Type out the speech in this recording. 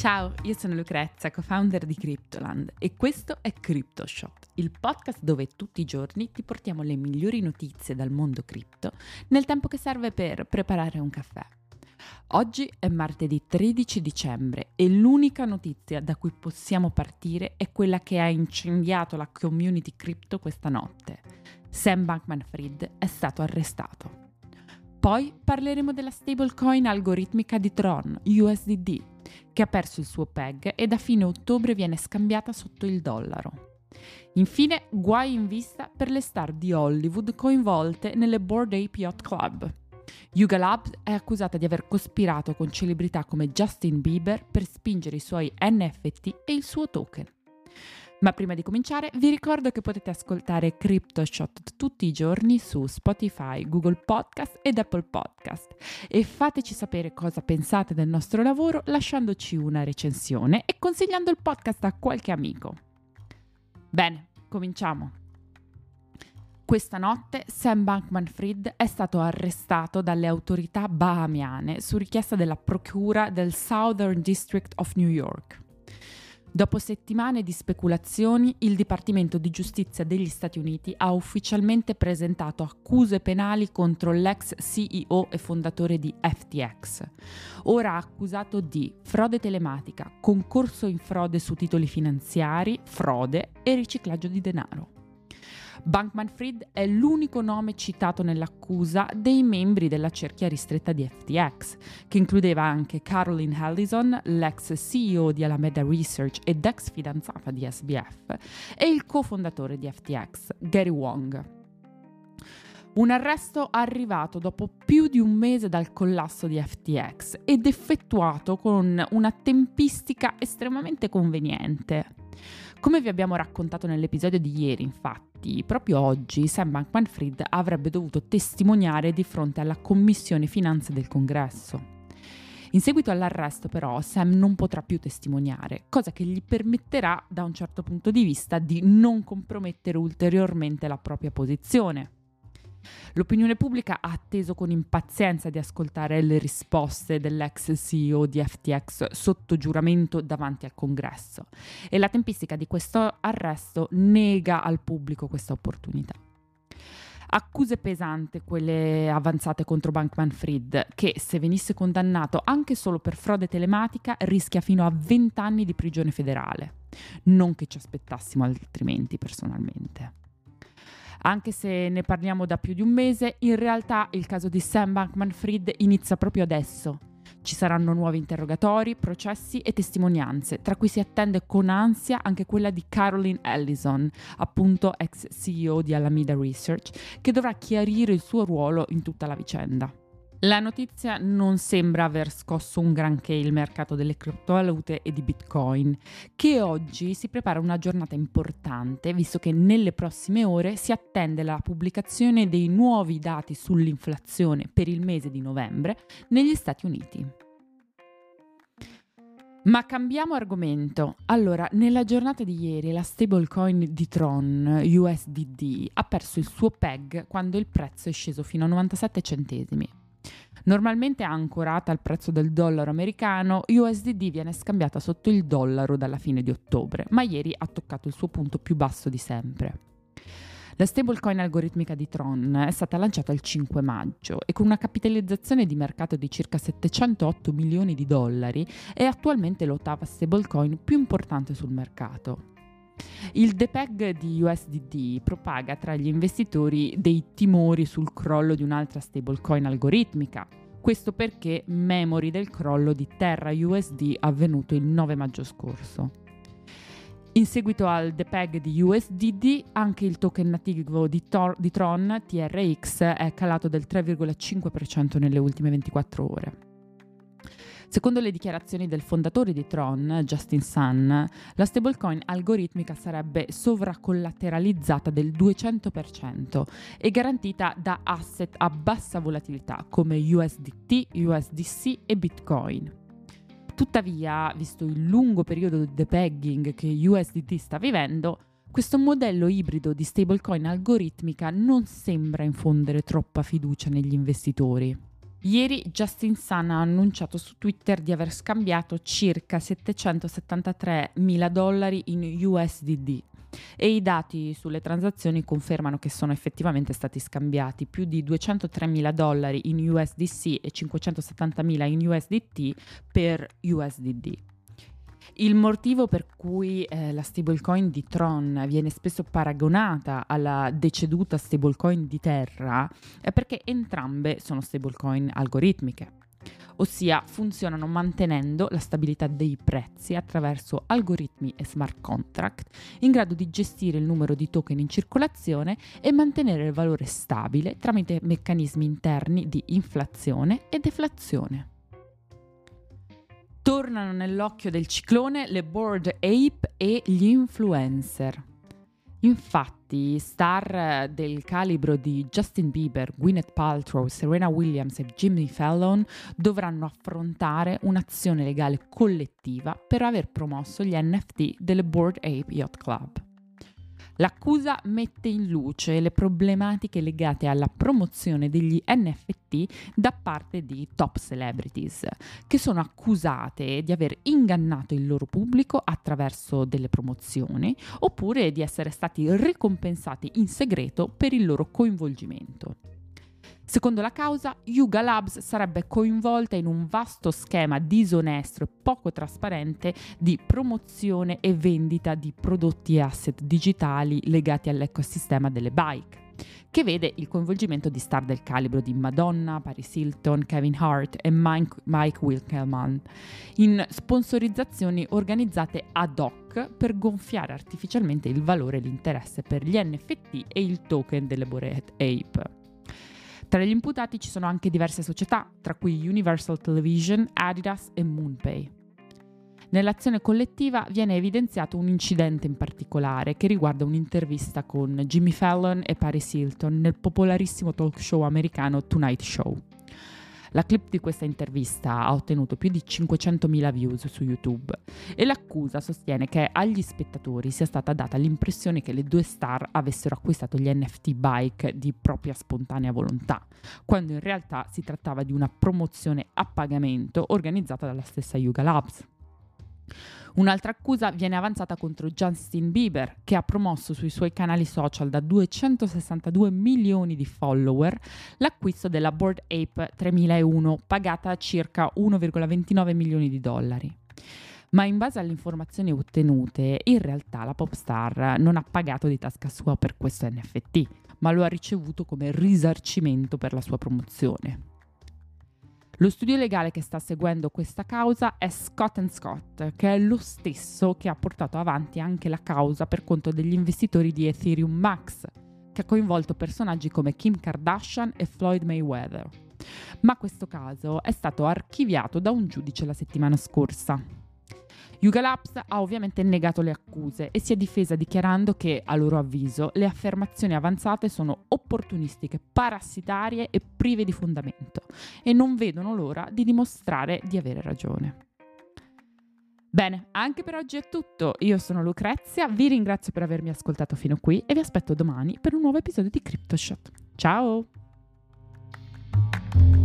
Ciao, io sono Lucrezia, co-founder di Cryptoland e questo è CryptoShot, il podcast dove tutti i giorni ti portiamo le migliori notizie dal mondo cripto nel tempo che serve per preparare un caffè. Oggi è martedì 13 dicembre e l'unica notizia da cui possiamo partire è quella che ha incendiato la community cripto questa notte. Sam Bankman-Fried è stato arrestato. Poi parleremo della stablecoin algoritmica di Tron, USDD, che ha perso il suo peg e da fine ottobre viene scambiata sotto il dollaro. Infine, guai in vista per le star di Hollywood coinvolte nelle Bored Ape Yacht Club. Yuga Labs è accusata di aver cospirato con celebrità come Justin Bieber per spingere i suoi NFT e il suo token. Ma prima di cominciare vi ricordo che potete ascoltare CryptoShot tutti i giorni su Spotify, Google Podcast ed Apple Podcast e fateci sapere cosa pensate del nostro lavoro lasciandoci una recensione e consigliando il podcast a qualche amico. Bene, cominciamo. Questa notte Sam Bankman-Fried è stato arrestato dalle autorità bahamiane su richiesta della procura del Southern District of New York. Dopo settimane di speculazioni, il Dipartimento di Giustizia degli Stati Uniti ha ufficialmente presentato accuse penali contro l'ex CEO e fondatore di FTX, ora accusato di frode telematica, concorso in frode su titoli finanziari, frode e riciclaggio di denaro. Bankman-Fried è l'unico nome citato nell'accusa dei membri della cerchia ristretta di FTX, che includeva anche Caroline Ellison, l'ex CEO di Alameda Research ed ex fidanzata di SBF, e il cofondatore di FTX, Gary Wang. Un arresto arrivato dopo più di un mese dal collasso di FTX ed effettuato con una tempistica estremamente conveniente. Come vi abbiamo raccontato nell'episodio di ieri, infatti, proprio oggi Sam Bankman-Fried avrebbe dovuto testimoniare di fronte alla Commissione Finanze del Congresso. In seguito all'arresto, però, Sam non potrà più testimoniare, cosa che gli permetterà, da un certo punto di vista, di non compromettere ulteriormente la propria posizione. L'opinione pubblica ha atteso con impazienza di ascoltare le risposte dell'ex CEO di FTX sotto giuramento davanti al Congresso e la tempistica di questo arresto nega al pubblico questa opportunità. Accuse pesanti quelle avanzate contro Bankman-Fried che, se venisse condannato anche solo per frode telematica, rischia fino a 20 anni di prigione federale. Non che ci aspettassimo altrimenti, personalmente. Anche se ne parliamo da più di un mese, in realtà il caso di Sam Bankman-Fried inizia proprio adesso. Ci saranno nuovi interrogatori, processi e testimonianze, tra cui si attende con ansia anche quella di Caroline Ellison, appunto ex CEO di Alameda Research, che dovrà chiarire il suo ruolo in tutta la vicenda. La notizia non sembra aver scosso un granché il mercato delle criptovalute e di Bitcoin, che oggi si prepara una giornata importante, visto che nelle prossime ore si attende la pubblicazione dei nuovi dati sull'inflazione per il mese di novembre negli Stati Uniti. Ma cambiamo argomento. Allora, nella giornata di ieri la stablecoin di Tron, USDD, ha perso il suo peg quando il prezzo è sceso fino a 97 centesimi. Normalmente ancorata al prezzo del dollaro americano, USDD viene scambiata sotto il dollaro dalla fine di ottobre, ma ieri ha toccato il suo punto più basso di sempre. La stablecoin algoritmica di Tron è stata lanciata il 5 maggio e con una capitalizzazione di mercato di circa 708 milioni di dollari è attualmente l'ottava stablecoin più importante sul mercato. Il depeg di USDD propaga tra gli investitori dei timori sul crollo di un'altra stablecoin algoritmica. Questo perché memori del crollo di Terra USD avvenuto il 9 maggio scorso. In seguito al depeg di USDD, anche il token nativo di Tron, TRX, è calato del 3,5% nelle ultime 24 ore. Secondo le dichiarazioni del fondatore di Tron, Justin Sun, la stablecoin algoritmica sarebbe sovracollateralizzata del 200% e garantita da asset a bassa volatilità come USDT, USDC e Bitcoin. Tuttavia, visto il lungo periodo di depegging che USDT sta vivendo, questo modello ibrido di stablecoin algoritmica non sembra infondere troppa fiducia negli investitori. Ieri Justin Sun ha annunciato su Twitter di aver scambiato circa $773.000 in USDD e i dati sulle transazioni confermano che sono effettivamente stati scambiati più di $203.000 in USDC e $570.000 in USDT per USDD. Il motivo per cui la stablecoin di Tron viene spesso paragonata alla deceduta stablecoin di Terra è perché entrambe sono stablecoin algoritmiche, ossia funzionano mantenendo la stabilità dei prezzi attraverso algoritmi e smart contract in grado di gestire il numero di token in circolazione e mantenere il valore stabile tramite meccanismi interni di inflazione e deflazione. Tornano nell'occhio del ciclone le Bored Ape e gli influencer. Infatti, star del calibro di Justin Bieber, Gwyneth Paltrow, Serena Williams e Jimmy Fallon dovranno affrontare un'azione legale collettiva per aver promosso gli NFT delle Bored Ape Yacht Club. L'accusa mette in luce le problematiche legate alla promozione degli NFT da parte di top celebrities, che sono accusate di aver ingannato il loro pubblico attraverso delle promozioni oppure di essere stati ricompensati in segreto per il loro coinvolgimento. Secondo la causa, Yuga Labs sarebbe coinvolta in un vasto schema disonesto e poco trasparente di promozione e vendita di prodotti e asset digitali legati all'ecosistema delle bike, che vede il coinvolgimento di star del calibro di Madonna, Paris Hilton, Kevin Hart e Mike Winkelmann in sponsorizzazioni organizzate ad hoc per gonfiare artificialmente il valore e l'interesse per gli NFT e il token delle Bored Ape. Tra gli imputati ci sono anche diverse società, tra cui Universal Television, Adidas e MoonPay. Nell'azione collettiva viene evidenziato un incidente in particolare che riguarda un'intervista con Jimmy Fallon e Paris Hilton nel popolarissimo talk show americano Tonight Show. La clip di questa intervista ha ottenuto più di 500.000 views su YouTube e l'accusa sostiene che agli spettatori sia stata data l'impressione che le due star avessero acquistato gli NFT bike di propria spontanea volontà, quando in realtà si trattava di una promozione a pagamento organizzata dalla stessa Yuga Labs. Un'altra accusa viene avanzata contro Justin Bieber, che ha promosso sui suoi canali social da 262 milioni di follower l'acquisto della Bored Ape 3001, pagata circa 1,29 milioni di dollari. Ma in base alle informazioni ottenute, in realtà la pop star non ha pagato di tasca sua per questo NFT, ma lo ha ricevuto come risarcimento per la sua promozione. Lo studio legale che sta seguendo questa causa è Scott & Scott, che è lo stesso che ha portato avanti anche la causa per conto degli investitori di Ethereum Max, che ha coinvolto personaggi come Kim Kardashian e Floyd Mayweather. Ma questo caso è stato archiviato da un giudice la settimana scorsa. Yuga Labs ha ovviamente negato le accuse e si è difesa dichiarando che, a loro avviso, le affermazioni avanzate sono opportunistiche, parassitarie e prive di fondamento e non vedono l'ora di dimostrare di avere ragione. Bene, anche per oggi è tutto. Io sono Lucrezia, vi ringrazio per avermi ascoltato fino qui e vi aspetto domani per un nuovo episodio di CryptoShot. Ciao!